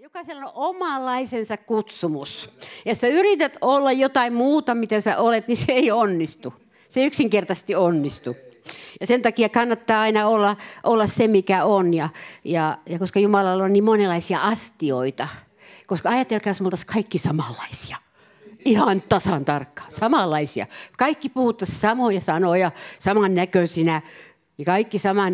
Jokaisella on omanlaisensa kutsumus. Ja sä yrität olla jotain muuta, mitä sä olet, niin se ei onnistu. Se ei yksinkertaisesti onnistu. Ja sen takia kannattaa aina olla se, mikä on. Ja koska Jumalalla on niin monenlaisia astioita. Koska ajatelkaa, että me oltaisiin kaikki samanlaisia. Ihan tasan tarkkaan. Samanlaisia. Kaikki puhuttaisiin samoja sanoja, samannäköisinä. Ja kaikki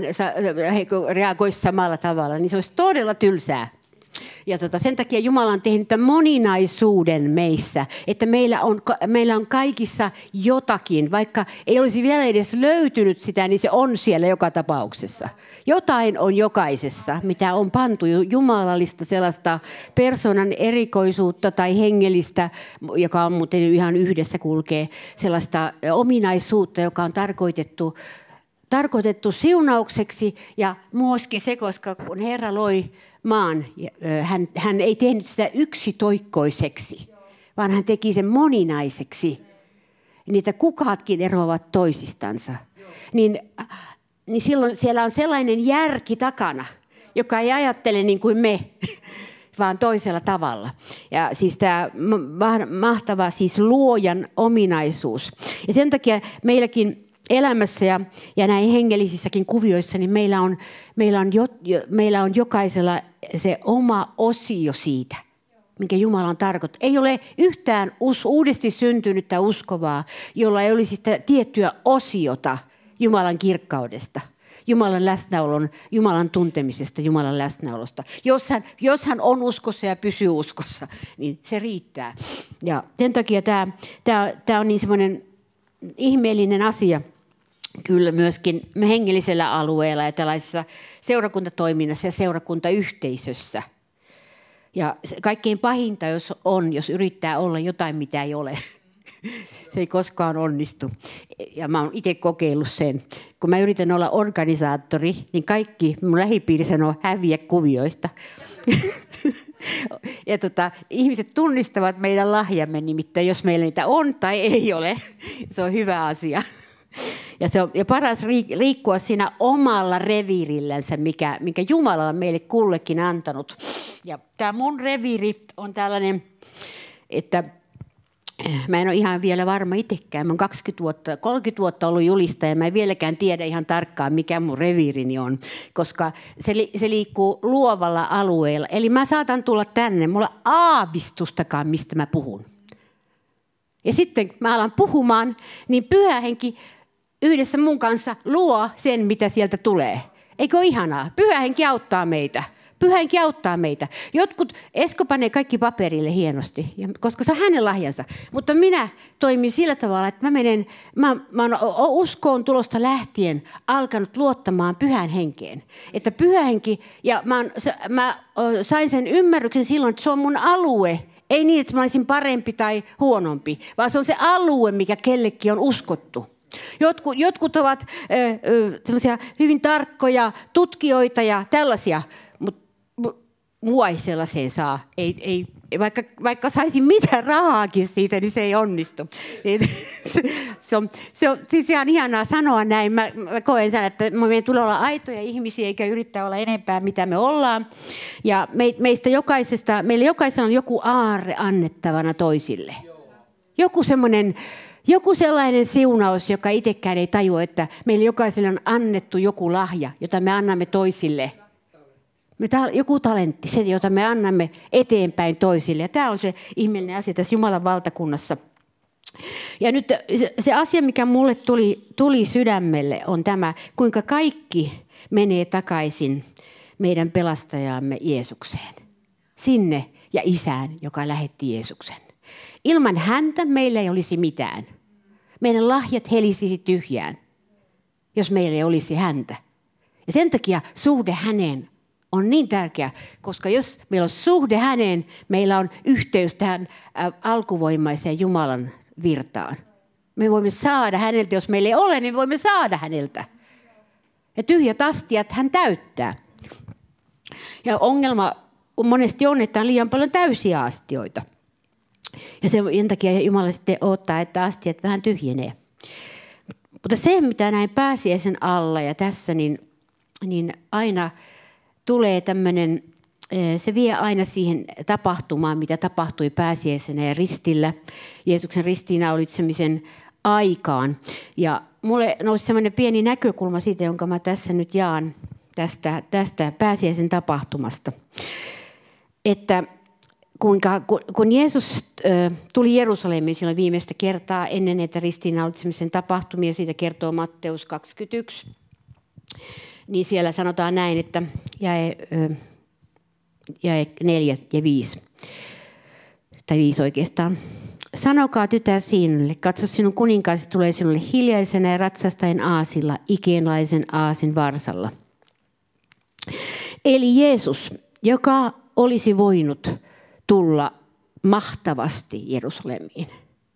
reagoisi samalla tavalla. Niin se olisi todella tylsää. Ja sen takia Jumala on tehnyt tämän moninaisuuden meissä, että meillä on kaikissa jotakin, vaikka ei olisi vielä edes löytynyt sitä, niin se on siellä joka tapauksessa. Jotain on jokaisessa, mitä on pantu jumalallista sellaista persoonan erikoisuutta tai hengellistä, joka on muuten ihan yhdessä kulkee, sellaista ominaisuutta, joka on tarkoitettu siunaukseksi ja myöskin se, koska kun Herra loi maan, hän ei tehnyt sitä yksitoikkoiseksi, vaan hän teki sen moninaiseksi. Niitä kukaatkin eroavat toisistansa. Niin silloin siellä on sellainen järki takana, joka ei ajattele niin kuin me, vaan toisella tavalla. Ja siis tämä mahtava siis luojan ominaisuus. Ja sen takia meilläkin elämässä ja näin hengellisissäkin kuvioissa, niin meillä on jokaisella se oma osio siitä, minkä Jumala on tarkoittanut. Ei ole yhtään uudesti syntynyttä uskovaa, jolla ei olisi sitä tiettyä osiota Jumalan kirkkaudesta, Jumalan läsnäolon, Jumalan tuntemisesta, Jumalan läsnäolosta. Jos hän on uskossa ja pysyy uskossa, niin se riittää. Ja sen takia tämä on niin semmoinen ihmeellinen asia. Kyllä myöskin hengellisellä alueella ja tällaisessa seurakuntatoiminnassa ja seurakuntayhteisössä. Ja kaikkein pahinta, jos yrittää olla jotain, mitä ei ole. Se ei koskaan onnistu. Ja mä oon itse kokeillut sen. Kun mä yritän olla organisaattori, niin kaikki mun lähipiiri sanoo häviä kuvioista. Ja ihmiset tunnistavat meidän lahjamme, nimittäin jos meillä niitä on tai ei ole. Se on hyvä asia. Ja paras liikkua siinä omalla reviirillänsä, minkä Jumala on meille kullekin antanut. Ja tämä mun reviiri on tällainen, että mä en ole ihan vielä varma itsekään. Mä oon 30 vuotta ollut julistaja ja mä en vieläkään tiedä ihan tarkkaan, mikä mun reviirini on. Koska se liikkuu luovalla alueella. Eli mä saatan tulla tänne, mulla ei aavistustakaan, mistä mä puhun. Ja sitten mä alan puhumaan, niin Pyhä Henki yhdessä mun kanssa luo sen, mitä sieltä tulee. Eikö ole ihanaa? Pyhä Henki auttaa meitä. Pyhä Henki auttaa meitä. Esko panee kaikki paperille hienosti, koska se on hänen lahjansa. Mutta minä toimin sillä tavalla, että mä oon uskoon tulosta lähtien alkanut luottamaan Pyhän Henkeen. Että Pyhä Henki, ja mä sain sen ymmärryksen silloin, että se on mun alue. Ei niin, että mä olisin parempi tai huonompi, vaan se on se alue, mikä kellekin on uskottu. Jotkut ovat semmoisia hyvin tarkkoja tutkijoita ja tällaisia, mutta mua ei sellaiseen saa. Vaikka saisin mitään rahaakin siitä, niin se ei onnistu. Se on siis ihan ihanaa sanoa näin. Mä koen sen, että meidän tulee olla aitoja ihmisiä, eikä yrittää olla enempää, mitä me ollaan. Ja meillä jokaisella on joku aarre annettavana toisille. Joku sellainen siunaus, joka itsekään ei tajua, että meillä jokaiselle on annettu joku lahja, jota me annamme toisille. Joku talentti, se, jota me annamme eteenpäin toisille. Ja tämä on se ihmeellinen asia tässä Jumalan valtakunnassa. Ja nyt se asia, mikä mulle tuli sydämelle, on tämä, kuinka kaikki menee takaisin meidän pelastajaamme Jeesukseen. Sinne ja Isään, joka lähetti Jeesuksen. Ilman häntä meillä ei olisi mitään. Meidän lahjat helisisi tyhjään, jos meillä ei olisi häntä. Ja sen takia suhde häneen on niin tärkeä, koska jos meillä on suhde häneen, meillä on yhteys tähän alkuvoimaiseen Jumalan virtaan. Me voimme saada häneltä, jos meillä ei ole, niin voimme saada häneltä. Ja tyhjät astiat hän täyttää. Ja ongelma monesti on, että on liian paljon täysiä astioita. Ja sen takia Jumala sitten odottaa, että astiat vähän tyhjenee. Mutta se, mitä näin pääsiäisen alla ja tässä, niin aina tulee tämmöinen se vie aina siihen tapahtumaan, mitä tapahtui pääsiäisenä ja ristillä, Jeesuksen ristiinnaulitsemisen aikaan. Ja mulle nousi sellainen pieni näkökulma siitä, jonka mä tässä nyt jaan tästä pääsiäisen tapahtumasta. Että kun Jeesus tuli Jerusalemiin silloin viimeistä kertaa ennen näitä ristiinnaulitsemisen tapahtumia, siitä kertoo Matteus 21, niin siellä sanotaan näin, että jae 4 ja 5, tai 5 oikeastaan. Sanokaa tytär Siinalle, katso sinun kuninkaasi tulee sinulle hiljaisena ja ratsastaen aasilla, ikienlaisen aasin varsalla. Eli Jeesus, joka olisi voinut tulla mahtavasti Jerusalemiin.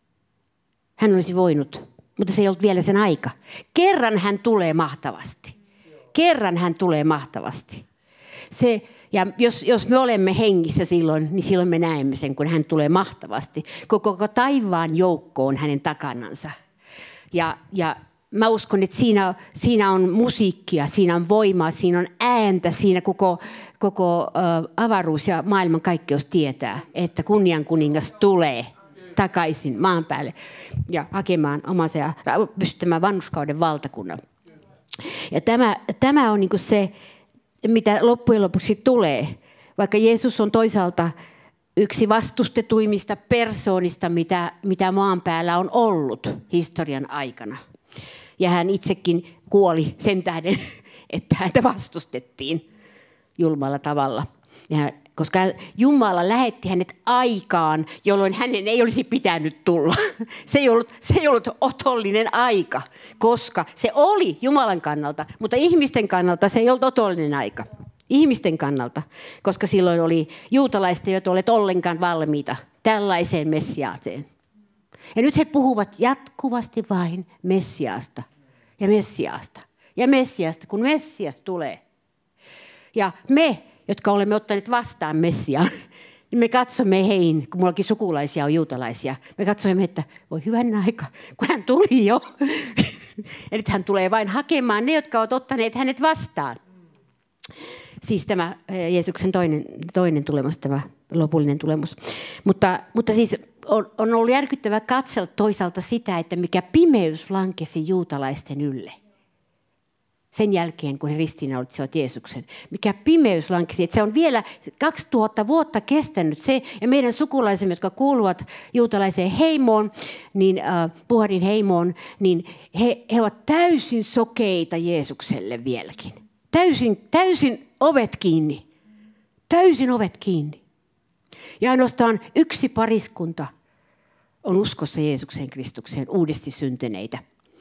Hän olisi voinut, mutta se ei ollut vielä sen aika. Kerran hän tulee mahtavasti. Kerran hän tulee mahtavasti. Ja jos me olemme hengissä silloin, niin silloin me näemme sen, kun hän tulee mahtavasti. Koko taivaan joukko on hänen takanansa. Ja mä uskon, että siinä on musiikkia, siinä on voimaa, siinä on ääntä, siinä koko avaruus ja maailmankaikkeus tietää, että kunnian kuningas tulee takaisin maan päälle ja hakemaan omansa ja pystyttämään vanhurskauden valtakunnan. Ja tämä on niin kuin se, mitä loppujen lopuksi tulee. Vaikka Jeesus on toisaalta yksi vastustetuimmista persoonista, mitä maan päällä on ollut historian aikana. Ja hän itsekin kuoli sen tähden, että häntä vastustettiin julmalla tavalla. Koska Jumala lähetti hänet aikaan, jolloin hänen ei olisi pitänyt tulla. Se ei ollut otollinen aika, koska se oli Jumalan kannalta, mutta ihmisten kannalta se ei ollut otollinen aika. Ihmisten kannalta, koska silloin oli juutalaista, jotka olivat ollenkaan valmiita tällaiseen Messiaaseen. Ja nyt he puhuvat jatkuvasti vain Messiaasta ja Messiaasta ja Messiaasta, kun Messias tulee. Ja me, jotka olemme ottaneet vastaan Messiaan, niin me katsomme heihin, kun minullakin sukulaisia on juutalaisia. Me katsomme, että voi hyvän aika, kun hän tuli jo. Ja nyt hän tulee vain hakemaan ne, jotka ovat ottaneet hänet vastaan. Siis tämä Jeesuksen toinen tulemus, tämä lopullinen tulemus. Mutta siis on ollut järkyttävää katsella toisaalta sitä, että mikä pimeys lankesi juutalaisten ylle. Sen jälkeen, kun he ristiinnaulitsivat Jeesuksen. Mikä pimeys lankesi. Että se on vielä 2000 vuotta kestänyt se. Ja meidän sukulaisemme, jotka kuuluvat juutalaiseen heimoon, niin Puharin heimoon, niin he ovat täysin sokeita Jeesukselle vieläkin. Täysin ovet kiinni. Täysin ovet kiinni. Ja ainoastaan yksi pariskunta on uskossa Jeesukseen Kristukseen, uudesti syntyneitä.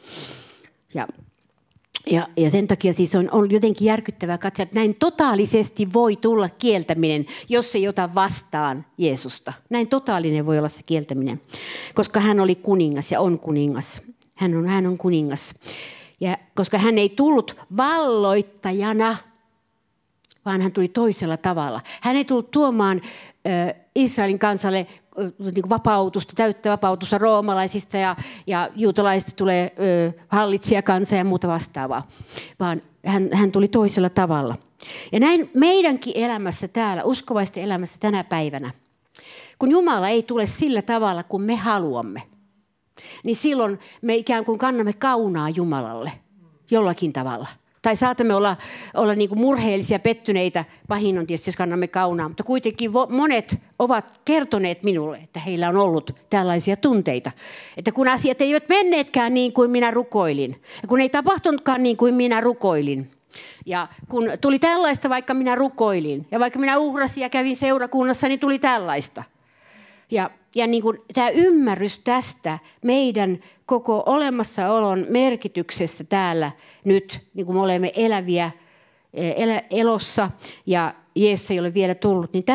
Ja sen takia siis on jotenkin järkyttävää katsoa, että näin totaalisesti voi tulla kieltäminen, jos ei ota vastaan Jeesusta. Näin totaalinen voi olla se kieltäminen, koska hän oli kuningas ja on kuningas. Hän on kuningas. Ja koska hän ei tullut valloittajana, vaan hän tuli toisella tavalla. Hän ei tullut tuomaan Israelin kansalle vapautusta, täyttä vapautusta roomalaisista ja juutalaisista tulee hallitsijakansa ja muuta vastaavaa, vaan hän tuli toisella tavalla. Ja näin meidänkin elämässä täällä, uskovaisten elämässä tänä päivänä, kun Jumala ei tule sillä tavalla kuin me haluamme, niin silloin me ikään kuin kannamme kaunaa Jumalalle jollakin tavalla. Tai saatamme olla niin kuin murheellisia, pettyneitä, pahin on tietysti, jos kannamme kaunaa, mutta kuitenkin monet ovat kertoneet minulle, että heillä on ollut tällaisia tunteita. Että kun asiat eivät menneetkään niin kuin minä rukoilin, ja kun ei tapahtunutkaan niin kuin minä rukoilin, ja kun tuli tällaista, vaikka minä rukoilin, ja vaikka minä uhrasin ja kävin seurakunnassa, niin tuli tällaista. Ja niin kuin tämä ymmärrys tästä meidän koko olemassaolon merkityksestä täällä nyt, niin kuin me olemme eläviä elossa ja Jeesus ei ole vielä tullut, niin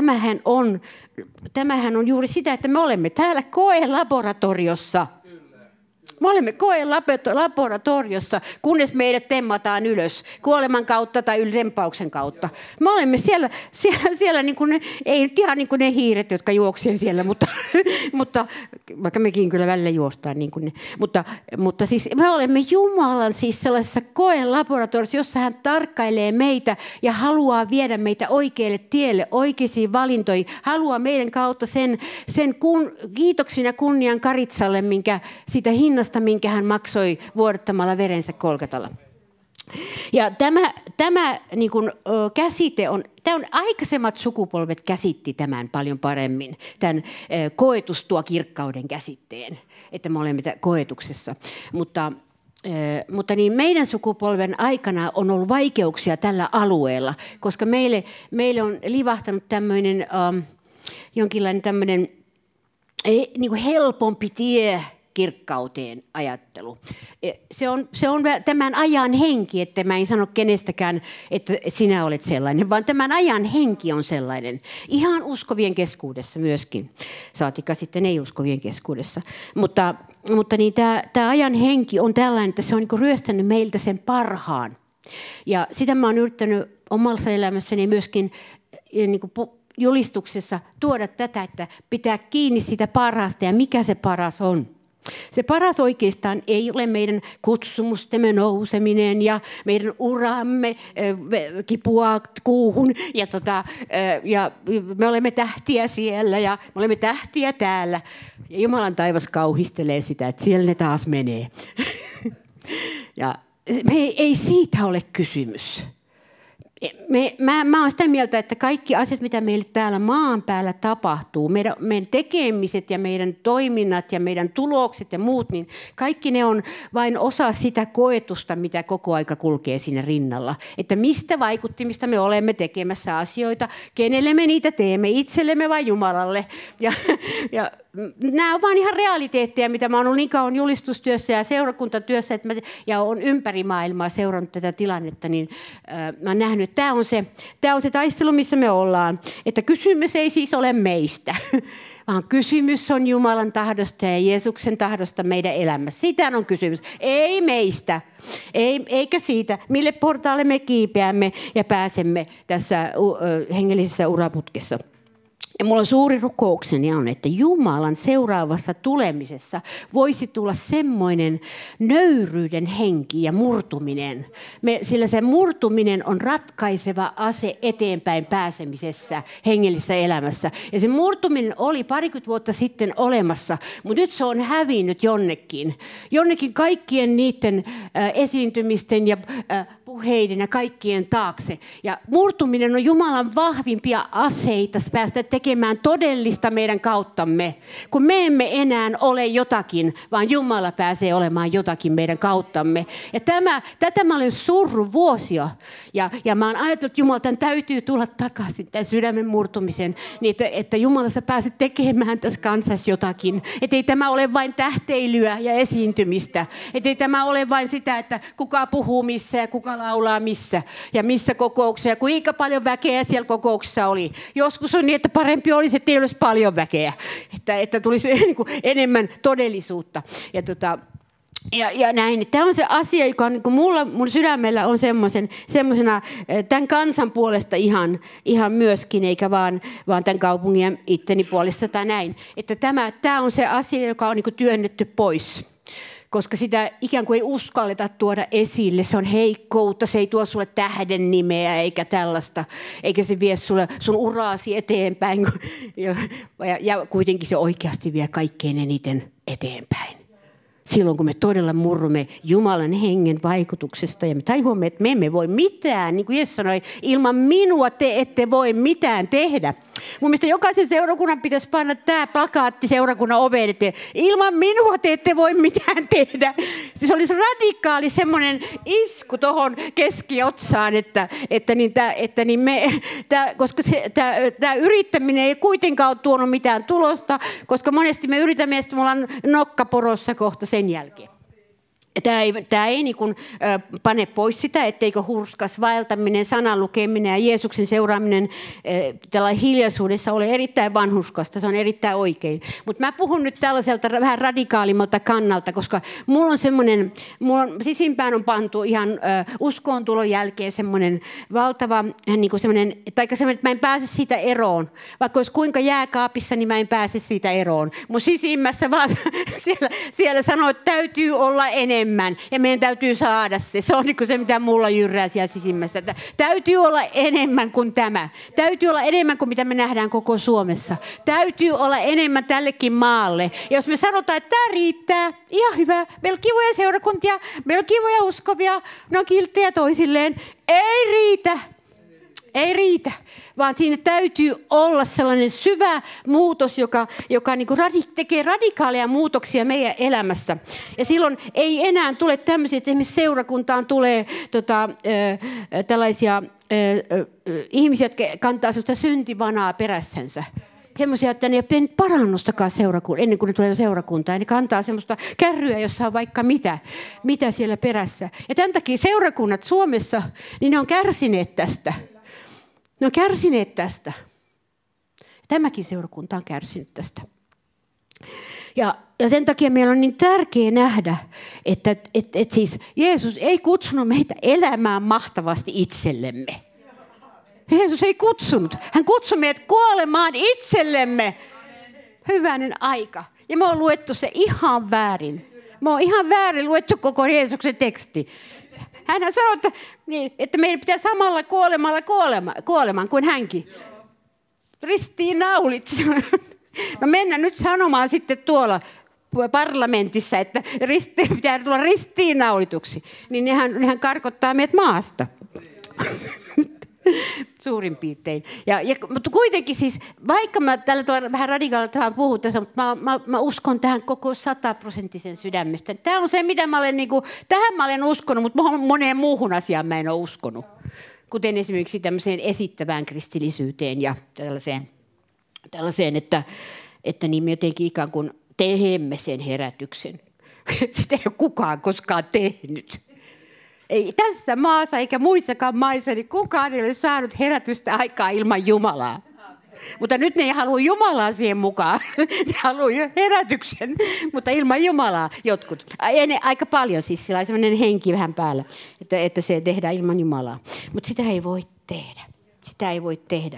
tämähän on juuri sitä, että me olemme täällä koelaboratoriossa. Me olemme koelaboratoriossa, kunnes meidät temmataan ylös kuoleman kautta tai tempauksen kautta. Me olemme siellä niin kuin ne, ei nyt ihan niin kuin ne hiiret, jotka juoksee siellä, mutta vaikka mekin kyllä välillä juostaan. Niin kuin ne, mutta siis me olemme Jumalan siis sellaisessa koelaboratoriossa, jossa hän tarkkailee meitä ja haluaa viedä meitä oikealle tielle, oikeisiin valintoihin. Haluaa meidän kautta sen kiitoksen ja kunnian Karitsalle, sitä hinnasta, minkä hän maksoi vuodattamalla verensä Golgatalla. Ja tämä niin kuin, käsite on aikaisemmat sukupolvet käsitti tämän paljon paremmin, tämän koetus tuo kirkkauden käsitteen, että me olemme koetuksessa. Mutta niin meidän sukupolven aikana on ollut vaikeuksia tällä alueella, koska meille on livahtanut tämmöinen jonkinlainen tämmöinen niin kuin helpompi tie kirkkauteen ajattelu. Se on tämän ajan henki, että mä en sano kenestäkään, että sinä olet sellainen, vaan tämän ajan henki on sellainen. Ihan uskovien keskuudessa myöskin, saatikka sitten ei-uskovien keskuudessa. Mutta niin tämä ajan henki on tällainen, että se on niin ryöstänyt meiltä sen parhaan. Ja sitä mä oon yrittänyt omassa elämässäni myöskin niin julistuksessa tuoda tätä, että pitää kiinni siitä parhaasta ja mikä se paras on. Se paras oikeastaan ei ole meidän kutsumustemme nouseminen ja meidän uramme kipua kuuhun ja me olemme tähtiä siellä ja me olemme tähtiä täällä. Ja Jumalan taivas kauhistelee sitä, että siellä ne taas menee. Ja ei siitä ole kysymys. Mä oon sitä mieltä, että kaikki asiat, mitä meille täällä maan päällä tapahtuu, meidän tekemiset ja meidän toiminnat ja meidän tulokset ja muut, niin kaikki ne on vain osa sitä koetusta, mitä koko aika kulkee siinä rinnalla. Että mistä vaikuttimista me olemme tekemässä asioita, kenelle me niitä teemme, itsellemme vai Jumalalle. Ja nämä on vaan ihan realiteetteja, mitä mä oon ollut niin kauan julistustyössä ja seurakuntatyössä, ja olen ympäri maailmaa seurannut tätä tilannetta, niin mä oon nähnyt, että tämä on se taistelu, missä me ollaan. Että kysymys ei siis ole meistä, vaan kysymys on Jumalan tahdosta ja Jeesuksen tahdosta meidän elämässä. Siitä on kysymys. Ei meistä, eikä siitä, mille portaalle me kiipeämme ja pääsemme tässä hengellisessä uraputkessa. Ja mulla on suuri rukoukseni on, että Jumalan seuraavassa tulemisessa voisi tulla semmoinen nöyryyden henki ja murtuminen. Sillä se murtuminen on ratkaiseva ase eteenpäin pääsemisessä hengellisessä elämässä. Ja se murtuminen oli 20 vuotta sitten olemassa, mutta nyt se on hävinnyt jonnekin. Jonnekin kaikkien niiden esiintymisten ja puheiden ja kaikkien taakse. Ja murtuminen on Jumalan vahvimpia aseita päästä tekemään todellista meidän kauttamme. Kun me emme enää ole jotakin, vaan Jumala pääsee olemaan jotakin meidän kauttamme. Ja tätä mä olen surru vuosia. Ja mä oon ajatellut, että Jumala, tämän täytyy tulla takaisin, tämän sydämen murtumisen, niin että Jumala, sä pääset tekemään tässä kansassa jotakin. Että ei tämä ole vain tähteilyä ja esiintymistä. Että ei tämä ole vain sitä, että kuka puhuu missä ja kuka laulaa missä ja missä kokouksia. Ja kuinka paljon väkeä siellä kokouksessa oli. Joskus on niin, että parempi olisi, että ei olisi paljon väkeä. Että tulisi niin kuin enemmän todellisuutta. Ja näin. Tämä on se asia, joka on, niin mun sydämellä on semmoisena tämän kansan puolesta ihan myöskin, eikä vaan tämän kaupungin ja itteni puolesta tai näin. Että tämä on se asia, joka on niin työnnetty pois. Koska sitä ikään kuin ei uskalleta tuoda esille. Se on heikkoutta, se ei tuo sulle tähden nimeä eikä tällaista. Eikä se vie sun uraasi eteenpäin. Ja kuitenkin se oikeasti vie kaikkein eniten eteenpäin. Silloin kun me todella murrumme Jumalan hengen vaikutuksesta ja me tajuamme, että me emme voi mitään. Niin kuin Jeesus sanoi, ilman minua te ette voi mitään tehdä. Mun mielestä jokaisen seurakunnan pitäisi panna tämä plakaatti seurakunnan oveen, että ilman minua te ette voi mitään tehdä. Se olisi radikaali semmoinen isku tuohon keskiotsaan, koska tämä yrittäminen ei kuitenkaan ole tuonut mitään tulosta, koska monesti me yritämme, että me ollaan nokkaporossa kohta sen jälkeen. Tämä ei niin kuin, pane pois sitä, etteikö hurskas vaeltaminen, sanan lukeminen ja Jeesuksen seuraaminen tällä hiljaisuudessa ole erittäin vanhurskasta, se on erittäin oikein. Mutta mä puhun nyt tällaiselta vähän radikaalimmalta kannalta, koska mulla on sisimpään on pantu ihan uskoontulon jälkeen semmoinen valtava, niin kuin semmoinen, että mä en pääse siitä eroon. Vaikka olisi kuinka jääkaapissa, niin mä en pääse siitä eroon. Mun sisimmässä vaan siellä sanoo, että täytyy olla enemmän. Ja meidän täytyy saada se. Se on niin kuin se, mitä mulla jyrää siellä sisimmässä. Että täytyy olla enemmän kuin tämä. Täytyy olla enemmän kuin mitä me nähdään koko Suomessa. Täytyy olla enemmän tällekin maalle. Ja jos me sanotaan, että tämä riittää, ihan hyvä. Meillä on kivoja seurakuntia, meillä on kivoja uskovia, ne on kilttejä toisilleen. Ei riitä. Ei riitä, vaan siinä täytyy olla sellainen syvä muutos, joka niin kuin tekee radikaaleja muutoksia meidän elämässä. Ja silloin ei enää tule tämmöisiä, että esimerkiksi seurakuntaan tulee tällaisia ihmisiä, jotka kantaa sellaista syntivanaa perässänsä. Semmoisia, että ne ei ole parannustakaan ennen kuin ne tulee seurakuntaan. Ne kantaa semmoista kärryä, jossa on vaikka mitä siellä perässä. Ja tämän takia seurakunnat Suomessa, niin ne on kärsineet tästä. Ne on kärsineet tästä. Tämäkin seurakunta on kärsinyt tästä. Ja sen takia meillä on niin tärkeää nähdä, että siis Jeesus ei kutsunut meitä elämään mahtavasti itsellemme. Jeesus ei kutsunut. Hän kutsui meidät kuolemaan itsellemme. Hyvänen aika. Ja me on luettu se ihan väärin. Me on ihan väärin luettu koko Jeesuksen teksti. Hän sanoi, että meidän pitää samalla kuolemalla kuoleman kuin hänkin. Ristiin-naulit. No mennään nyt sanomaan sitten tuolla parlamentissa, että pitää tulla ristiinnaulituksi. Niin nehän karkottaa meidät maasta. Suurin piirtein. Mutta kuitenkin siis, vaikka mä tällä tavalla vähän radikaalilla tavalla puhun tässä, mutta mä uskon tähän koko 100% sydämestä. Tämä on se, mitä mä olen, tähän mä olen uskonut, mutta moneen muuhun asiaan mä en ole uskonut. Kuten esimerkiksi tämmöiseen esittävään kristillisyyteen ja tällaiseen että niin me jotenkin ikään kuin teemme sen herätyksen. Sitä ei ole kukaan koskaan tehnyt. Ei tässä maassa eikä muissakaan maissa, niin kukaan ei ole saanut herätystä aikaa ilman Jumalaa. Mutta nyt ne ei halua Jumalaa siihen mukaan. Ne haluaa herätyksen, mutta ilman Jumalaa jotkut. Aika paljon siis, sillä on sellainen henki vähän päällä, että se tehdään ilman Jumalaa. Mutta sitä ei voi tehdä. Sitä ei voi tehdä.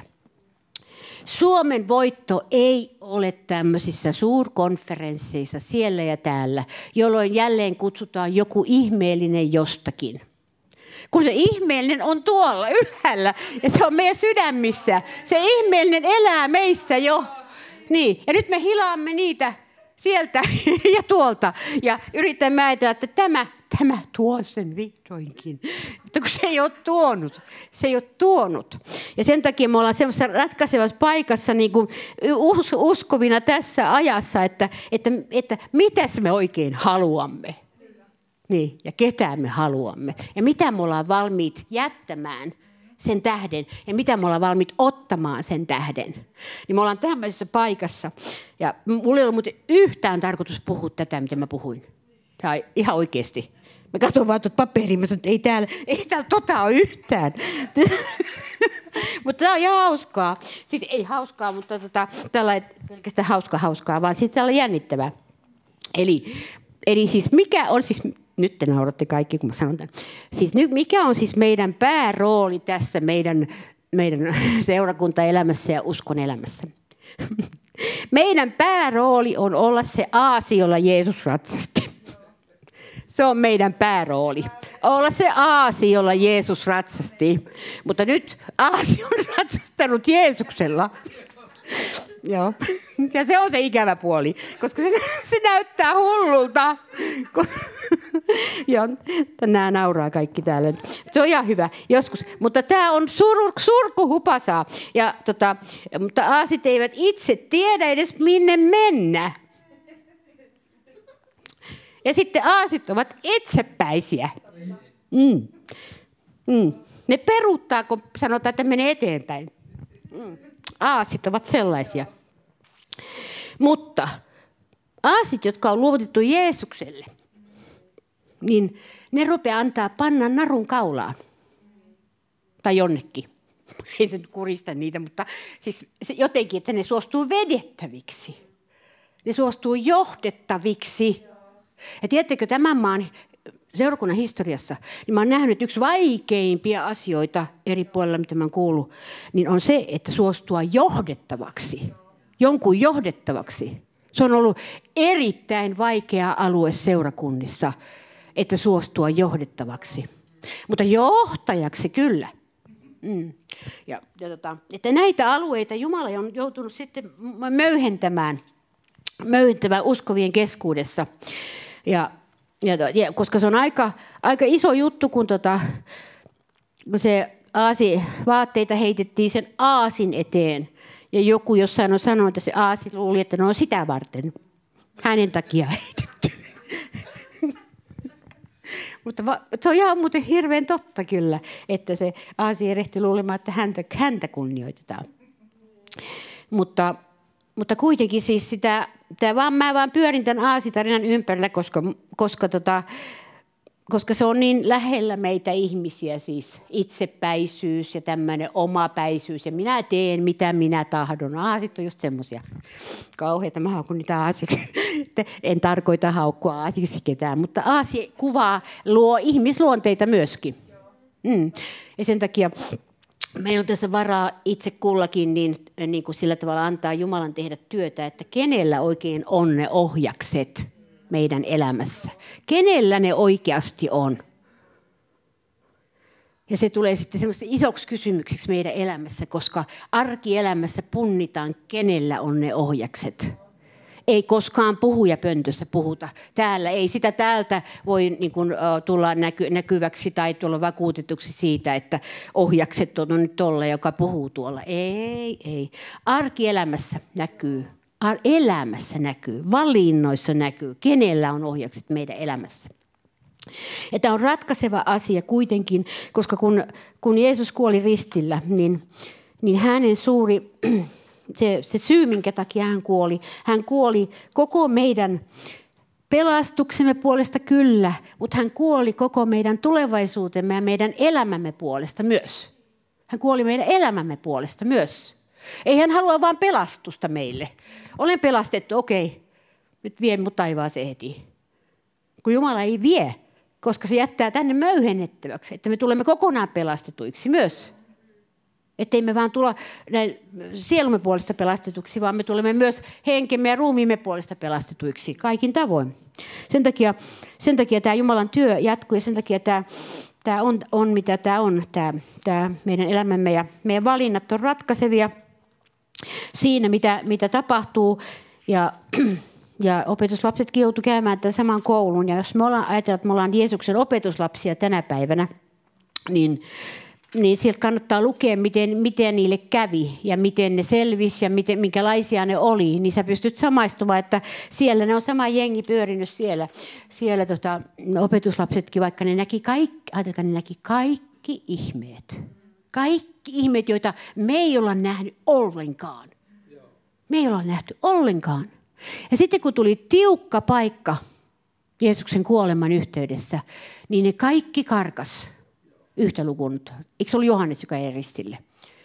Suomen voitto ei ole tämmöisissä suurkonferensseissa siellä ja täällä, jolloin jälleen kutsutaan joku ihmeellinen jostakin. Kun se ihmeellinen on tuolla ylhäällä ja se on meidän sydämissä. Se ihmeellinen elää meissä jo. Niin. Ja nyt me hilaamme niitä sieltä ja tuolta ja yritämme ajatella, että tämä tuo sen vihdoinkin. Mutta kun se ei ole tuonut. Se ei ole tuonut. Ja sen takia me ollaan semmoisessa ratkaisevassa paikassa niin kuin uskovina tässä ajassa, että mitäs me oikein haluamme. Niin, ja ketään me haluamme. Ja mitä me ollaan valmiit jättämään sen tähden. Ja mitä me ollaan valmiit ottamaan sen tähden. Niin me ollaan tämmöisessä paikassa. Ja mulla ei ollut muuten yhtään tarkoitus puhua tätä, mitä mä puhuin. Tämä on ihan oikeasti. Mä katson vaan tuota paperiin, mä sanon, että ei täällä ole yhtään. Mutta tämä on ihan hauskaa. Siis ei hauskaa, mutta tällainen pelkästään hauskaa, vaan sitten se on jännittävää. Eli siis mikä on siis, nyt te nauratte kaikki, kun mä sanon tämän. Siis mikä on siis meidän päärooli tässä meidän seurakuntaelämässä ja uskon elämässä? Meidän päärooli on olla se aasi, jolla Jeesus ratsasti. Se on meidän päärooli. Olla se aasi, jolla Jeesus ratsasti. Mutta nyt aasi on ratsastanut Jeesuksella. Joo. Ja se on se ikävä puoli, koska se näyttää hullulta. Joo, nämä nauraa kaikki täällä. Se on ihan hyvä joskus. Mutta tämä on surkuhupasaa. Mutta aasit eivät itse tiedä edes minne mennä. Ja sitten aasit ovat itsepäisiä. Ne peruuttaa, kun sanotaan, että menee eteenpäin. Aasit ovat sellaisia. Mutta aasit, jotka on luovutettu Jeesukselle, niin ne rupeaa antaa panna narun kaulaan. Tai jonnekin. Ei se kurista niitä, mutta siis jotenkin, että ne suostuu vedettäviksi. Ne suostuu johdettaviksi. Ja tiedättekö, tämän maan seurakunnan historiassa, niin mä oon nähnyt yksi vaikeimpia asioita eri puolilla, mitä mä oon kuullut, niin on se, että suostua johdettavaksi. Jonkun johdettavaksi. Se on ollut erittäin vaikea alue seurakunnissa, että suostua johdettavaksi. Mutta johtajaksi kyllä. Että näitä alueita Jumala on joutunut sitten möyhentämään uskovien keskuudessa. Ja koska se on aika iso juttu, kun se vaatteita heitettiin sen aasin eteen. Ja joku jossain on sanonut, että se aasi luuli, että ne on sitä varten. Hänen takia heitetty. Mutta se on ihan muuten hirveän totta kyllä, että se aasi erehti luulemaan, että häntä kunnioitetaan. Mutta kuitenkin siis mä vaan pyörin tämän aasitarinan ympärillä, koska se on niin lähellä meitä ihmisiä, siis itsepäisyys ja tämmöinen omapäisyys. Ja minä teen, mitä minä tahdon. Aasit on just semmoisia kauheita, mä haukun niitä aasiksi. En tarkoita haukkua aasiksi ketään, mutta aasi luo ihmisluonteita myöskin. Ja sen takia meillä on tässä varaa itse kullakin niin kuin sillä tavalla antaa Jumalan tehdä työtä, että kenellä oikein on ne ohjakset meidän elämässä. Kenellä ne oikeasti on? Ja se tulee sitten semmoista isoksi kysymykseksi meidän elämässä, koska arkielämässä punnitaan, kenellä on ne ohjakset. Ei koskaan puhujapöntössä puhuta. Täällä ei sitä täältä voi niin kuin, tulla näkyväksi tai tulla vakuutetuksi siitä, että ohjakset on nyt tolla, joka puhuu tuolla. Ei. Arkielämässä näkyy. Elämässä näkyy, valinnoissa näkyy, kenellä on ohjakset meidän elämässä. Ja tämä on ratkaiseva asia kuitenkin, koska kun Jeesus kuoli ristillä, niin hänen suuri, se syy, minkä takia hän kuoli koko meidän pelastuksemme puolesta kyllä, mutta hän kuoli koko meidän tulevaisuutemme ja meidän elämämme puolesta myös. Hän kuoli meidän elämämme puolesta myös. Ei hän halua vain pelastusta meille. Olen pelastettu, okei, nyt vie mut taivaaseen heti. Kun Jumala ei vie, koska se jättää tänne möyhennettäväksi, että me tulemme kokonaan pelastetuiksi myös. Että ei me vaan tulla sielumme puolesta pelastetuksi, vaan me tulemme myös henkemme ja ruumiimme puolesta pelastetuiksi kaikin tavoin. Sen takia tämä Jumalan työ jatkuu ja sen takia tämä on mitä tämä on. Tämä meidän elämämme ja meidän valinnat on ratkaisevia siinä, mitä tapahtuu. Ja opetuslapsetkin joutuivat käymään tämän saman koulun. Ja jos me ajatellaan, että me ollaan Jeesuksen opetuslapsia tänä päivänä, niin sieltä kannattaa lukea, miten niille kävi ja miten ne selvisi ja minkälaisia ne oli. Niin sä pystyt samaistumaan, että siellä ne on sama jengi pyörinyt siellä opetuslapsetkin, vaikka ne näki kaikki ihmeet. Kaikki ihmeet, joita me ei olla nähnyt ollenkaan. Me ei olla nähty ollenkaan. Ja sitten kun tuli tiukka paikka Jeesuksen kuoleman yhteydessä, niin ne kaikki karkas. Yhtä lukuun. Eikö se ollut Johannes, joka jäi ristille?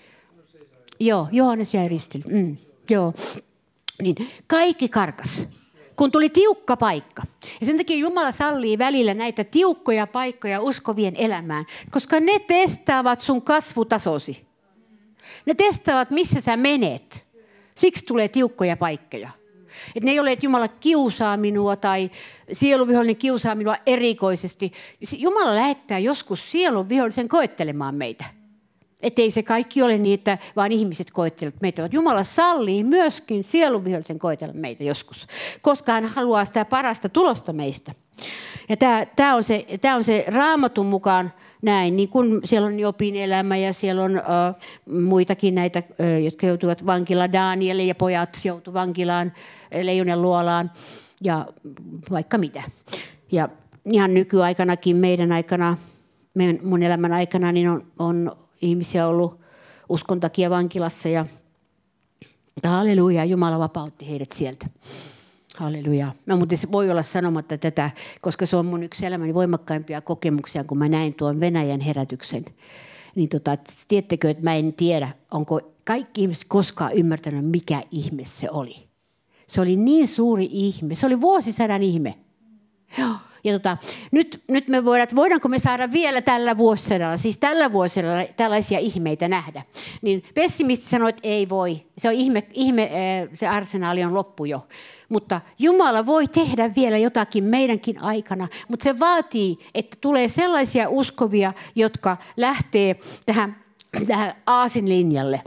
Joo, Johannes jäi ristille. Joo. Niin, kaikki karkas, kun tuli tiukka paikka. Ja sen takia Jumala sallii välillä näitä tiukkoja paikkoja uskovien elämään, koska ne testaavat sun kasvutasosi. Ne testaavat, missä sä menet. Siksi tulee tiukkoja paikkoja. Että ne ei ole, että Jumala kiusaa minua tai sieluvihollinen kiusaa minua erikoisesti. Jumala lähettää joskus sieluvihollisen koettelemaan meitä. Että ei se kaikki ole niin, että vaan ihmiset koettelevat meitä. Jumala sallii myöskin sieluvihollisen koetella meitä joskus, koska hän haluaa sitä parasta tulosta meistä. Ja tämä on se Raamatun mukaan näin, niin kuin siellä on Jobin elämä ja siellä on muitakin näitä, jotka joutuvat vankilaan. Daniel ja pojat joutuivat vankilaan, leijonen luolaan ja vaikka mitä. Ja ihan nykyaikanakin meidän aikana, mun elämän aikana, niin on ihmisiä ollut uskon takia vankilassa ja halleluja, Jumala vapautti heidät sieltä. Halleluja. Mä muuten voi olla sanomatta tätä, koska se on mun yksi elämäni voimakkaimpia kokemuksia, kun mä näin tuon Venäjän herätyksen. Niin tiedättekö, että mä en tiedä, onko kaikki ihmiset koskaan ymmärtänyt, mikä ihme se oli. Se oli niin suuri ihme. Se oli vuosisadan ihme. Joo. Ja nyt me voidaanko me saada vielä tällä vuosisadalla, siis tällä vuosisadalla tällaisia ihmeitä nähdä. Niin pessimisti sanoi, että ei voi. Se on ihme, se arsenaali on loppu jo. Mutta Jumala voi tehdä vielä jotakin meidänkin aikana, mutta se vaatii, että tulee sellaisia uskovia, jotka lähtee tähän aasinlinjalle.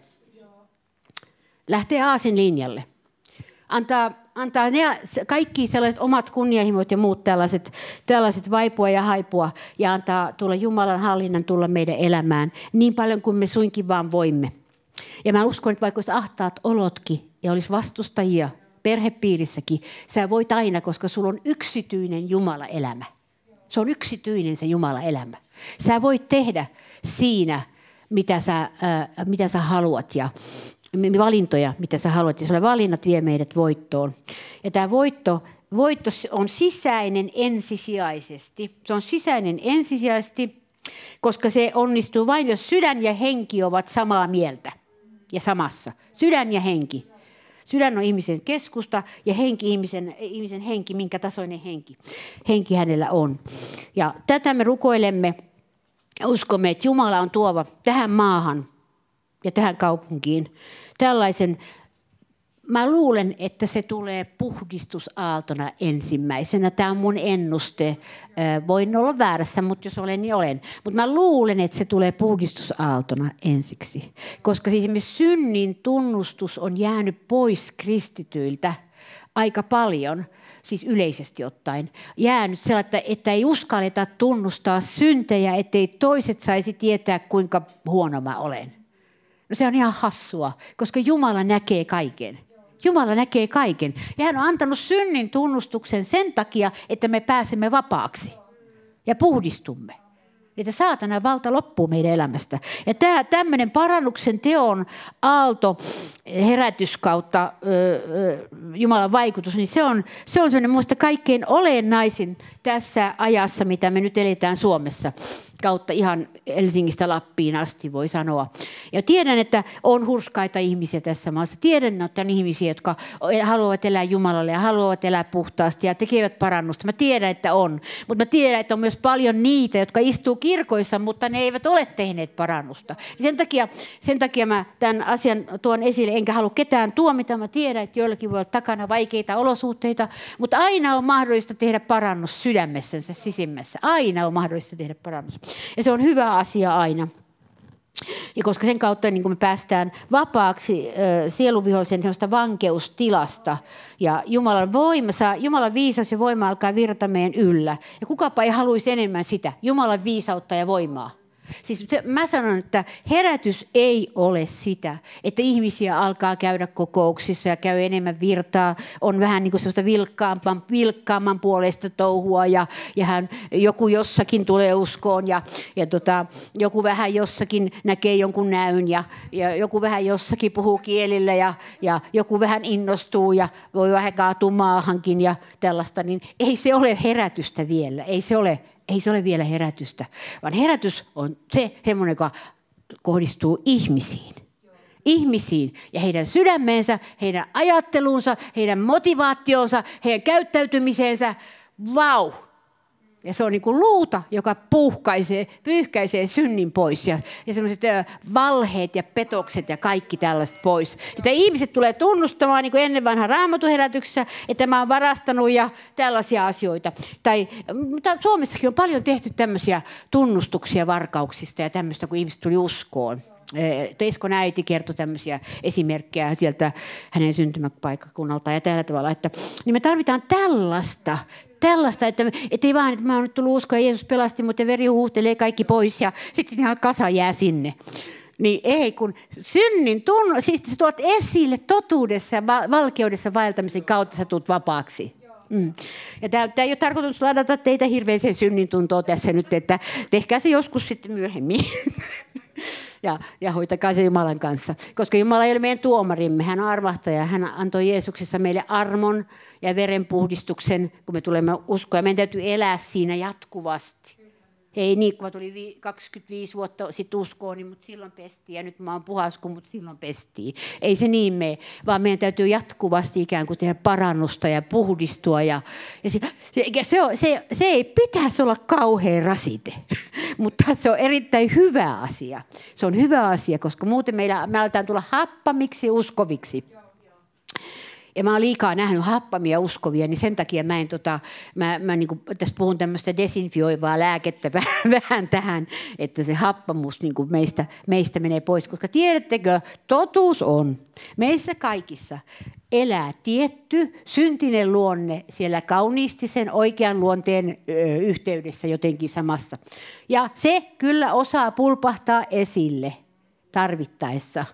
Lähtee aasinlinjalle. Antaa ne kaikki sellaiset omat kunnianhimot ja muut tällaiset vaipua ja haipua ja antaa tulla Jumalan hallinnan tulla meidän elämään niin paljon kuin me suinkin vaan voimme. Ja mä uskon, että vaikka olisi ahtaat olotkin ja olisi vastustajia perhepiirissäkin, sä voit aina, koska sulla on yksityinen Jumala-elämä. Se on yksityinen se Jumala-elämä. Sä voit tehdä siinä, mitä sä haluat ja valintoja, mitä sä haluat. Ja sulle valinnat vie meidät voittoon. Ja tämä voitto on sisäinen ensisijaisesti. Se on sisäinen ensisijaisesti, koska se onnistuu vain, jos sydän ja henki ovat samaa mieltä ja samassa. Sydän ja henki. Sydän on ihmisen keskusta ja henki ihmisen henki, minkä tasoinen henki hänellä on. Ja tätä me rukoilemme ja uskomme, että Jumala on tuova tähän maahan ja tähän kaupunkiin tällaisen, mä luulen, että se tulee puhdistusaaltona ensimmäisenä. Tämä on mun ennuste. Voin olla väärässä, mutta jos olen, niin olen. Mutta mä luulen, että se tulee puhdistusaaltona ensiksi. Koska siis synnin tunnustus on jäänyt pois kristityiltä aika paljon, siis yleisesti ottaen. Jäänyt sellaista, että ei uskalleta tunnustaa syntejä, ettei toiset saisi tietää, kuinka huono mä olen. No se on ihan hassua, koska Jumala näkee kaiken. Jumala näkee kaiken. Ja hän on antanut synnin tunnustuksen sen takia, että me pääsemme vapaaksi ja puhdistumme. Että saatanan valta loppuu meidän elämästä. Ja tämmöinen parannuksen teon aalto, herätys kautta Jumalan vaikutus, niin se on semmoinen minusta kaikkein olennaisin tässä ajassa, mitä me nyt eletään Suomessa. Kautta ihan Helsingistä Lappiin asti voi sanoa. Ja tiedän, että on hurskaita ihmisiä tässä maassa. Tiedän, että on ihmisiä, jotka haluavat elää Jumalalle ja haluavat elää puhtaasti ja tekevät parannusta. Mä tiedän, että on. Mutta mä tiedän, että on myös paljon niitä, jotka istuu kirkoissa, mutta ne eivät ole tehneet parannusta. Sen takia mä tämän asian tuon esille, enkä halua ketään tuomita. Mä tiedän, että joillakin voi olla takana vaikeita olosuhteita, mutta aina on mahdollista tehdä parannus sydämessänsä, sisimmässä. Aina on mahdollista tehdä parannus. Ja se on hyvä asia aina. Ja koska sen kautta niin kun me päästään vapaaksi sieluvihollisen sellaista vankeustilasta ja Jumalan viisaus ja voima alkaa virrata meidän yllä. Ja kukapa ei haluaisi enemmän sitä, Jumalan viisautta ja voimaa. Siis mä sanon, että herätys ei ole sitä, että ihmisiä alkaa käydä kokouksissa ja käy enemmän virtaa, on vähän niin kuin sellaista vilkkaamman puolesta touhua ja joku jossakin tulee uskoon ja joku vähän jossakin näkee jonkun näyn ja joku vähän jossakin puhuu kielillä ja joku vähän innostuu ja voi vähän kaatua maahankin ja tällaista, niin ei se ole herätystä vielä, ei se ole vielä herätystä, vaan herätys on se semmoinen, joka kohdistuu ihmisiin ja heidän sydämeensä, heidän ajatteluunsa, heidän motivaationsa, heidän käyttäytymiseensä. Vau! Ja se on niin kuin luuta, joka pyyhkäisee synnin pois ja sellaiset valheet ja petokset ja kaikki tällaiset pois. Että ihmiset tulee tunnustamaan niin kuin ennen vanhan raamatuherätyksessä, että mä oon varastanut ja tällaisia asioita. Mutta Suomessakin on paljon tehty tämmöisiä tunnustuksia varkauksista ja tämmöistä, kun ihmiset tuli uskoon. Eskon äiti kertoi tämmöisiä esimerkkejä sieltä hänen syntymäpaikkakunnalta ja tällä tavalla, että niin me tarvitaan tällaista, että ei vaan, että mä oon nyt tullut uskoon ja Jeesus pelasti, mutta veri huuhtelee kaikki pois ja sitten ihan kasa jää sinne. Niin ei, kun synnin siis sä tuot esille totuudessa ja valkeudessa vaeltamisen kautta sä tulet vapaaksi. Ja tämä ei ole tarkoitus ladata teitä hirveäseen synnin tuntoon tässä nyt, että tehkää se joskus sitten myöhemmin. ja hoitakaa se Jumalan kanssa. Koska Jumala ei ole meidän tuomarimme, hän on armahtaja. Hän antoi Jeesuksessa meille armon ja verenpuhdistuksen, kun me tulemme uskoa. Ja meidän täytyy elää siinä jatkuvasti. Ei niin, kun mä tulin 25 vuotta sitten uskoon, niin mut silloin pestiin. Ja nyt mä oon puhasku, mutta silloin pestiin. Ei se niin mene, vaan meidän täytyy jatkuvasti ikään kuin tehdä parannusta ja puhdistua. Se ei pitäisi olla kauhean rasite, mutta se on erittäin hyvä asia. Se on hyvä asia, koska muuten me aletaan tulla happamiksi uskoviksi. Ja mä oon liikaa nähnyt happamia uskovia, niin sen takia mä niin kuin tässä puhun tämmöistä desinfioivaa lääkettä vähän tähän, että se happamus niin kuin meistä menee pois. Koska tiedättekö, totuus on, meissä kaikissa elää tietty syntinen luonne siellä kauniisti sen oikean luonteen yhteydessä jotenkin samassa. Ja se kyllä osaa pulpahtaa esille tarvittaessa.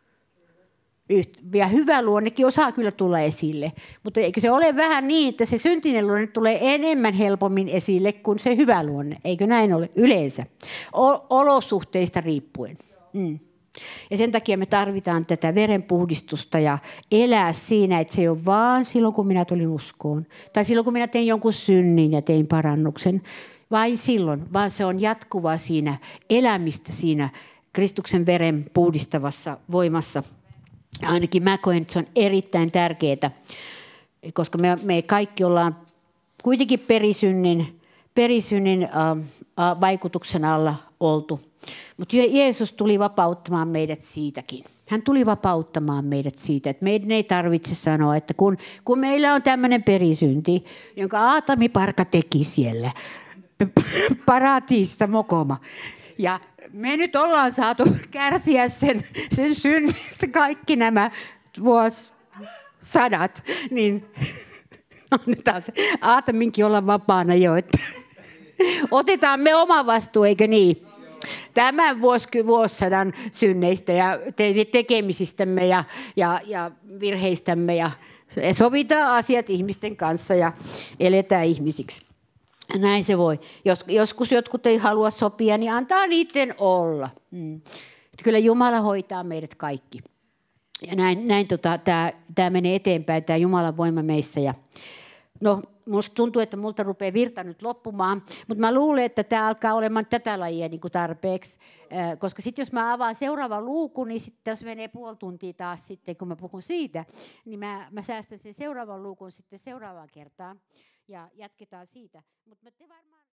Ja hyvä luonnekin osaa kyllä tulla esille, mutta eikö se ole vähän niin, että se syntinen luonne tulee enemmän helpommin esille kuin se hyvä luonne, eikö näin ole yleensä, olosuhteista riippuen. Ja sen takia me tarvitaan tätä verenpuhdistusta ja elää siinä, että se ei ole vaan silloin, kun minä tulin uskoon, tai silloin, kun minä tein jonkun synnin ja tein parannuksen, vain silloin, vaan se on jatkuvaa siinä elämistä siinä Kristuksen veren puhdistavassa voimassa. Ainakin mä koen, että se on erittäin tärkeää, koska me kaikki ollaan kuitenkin perisynnin vaikutuksen alla oltu. Mutta Jeesus tuli vapauttamaan meidät siitäkin. Hän tuli vapauttamaan meidät siitä, että meidän ei tarvitse sanoa, että kun meillä on tämmöinen perisynti, jonka Aatami-parka teki siellä, paratiisissa mokoma, ja me nyt ollaan saatu kärsiä sen synnistä kaikki nämä vuosisadat, niin annetaan se Aataminkin olla vapaana jo, että otetaan me oma vastuu, eikö niin? Tämän vuosisadan synneistä ja tekemisistämme ja virheistämme ja sovitaan asiat ihmisten kanssa ja eletään ihmisiksi. Näin se voi. Joskus jotkut ei halua sopia, niin antaa niiden olla. Kyllä Jumala hoitaa meidät kaikki. Ja näin tämä menee eteenpäin, tämä Jumalan voima meissä. Ja, no, musta tuntuu, että multa rupeaa virta nyt loppumaan, mutta mä luulen, että tämä alkaa olemaan tätä lajia niin kuin tarpeeksi. Koska sitten jos mä avaan seuraavan luukun, niin sitten jos menee puoli tuntia taas sitten, kun mä puhun siitä, niin mä säästän sen seuraavan luukun sitten seuraavaan kertaan. Ja jatketaan siitä. Mut me te varmaan